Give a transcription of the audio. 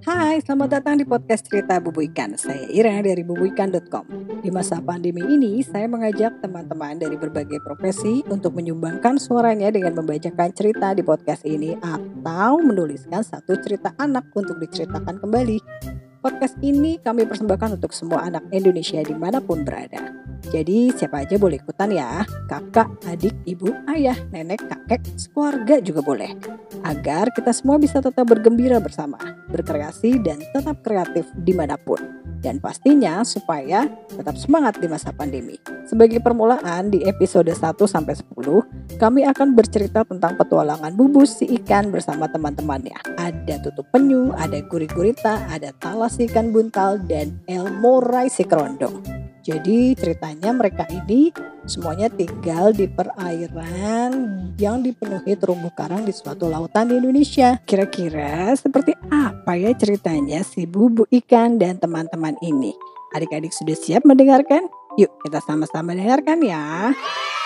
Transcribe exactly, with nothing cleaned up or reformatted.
Hai, selamat datang di podcast cerita Bubu Ikan. Saya Ira dari bubuikan dot com. Di masa pandemi ini, saya mengajak teman-teman dari berbagai profesi untuk menyumbangkan suaranya dengan membacakan cerita di podcast ini atau menuliskan satu cerita anak untuk diceritakan kembali. Podcast ini kami persembahkan untuk semua anak Indonesia dimanapun berada. Jadi siapa aja boleh ikutan ya, kakak, adik, ibu, ayah, nenek, kakek, keluarga juga boleh. Agar kita semua bisa tetap bergembira bersama, berkreasi dan tetap kreatif dimanapun. Dan pastinya supaya tetap semangat di masa pandemi. Sebagai permulaan di episode satu sampai sepuluh, kami akan bercerita tentang petualangan Bubus si ikan bersama teman-temannya. Ada tutup penyu, ada gurita-gurita, ada talas si ikan buntal, dan Elmorai si kerondong. Jadi ceritanya mereka ini semuanya tinggal di perairan yang dipenuhi terumbu karang di suatu lautan di Indonesia. Kira-kira seperti apa ya ceritanya si Bubu Ikan dan teman-teman ini? Adik-adik sudah siap mendengarkan? Yuk kita sama-sama dengarkan ya.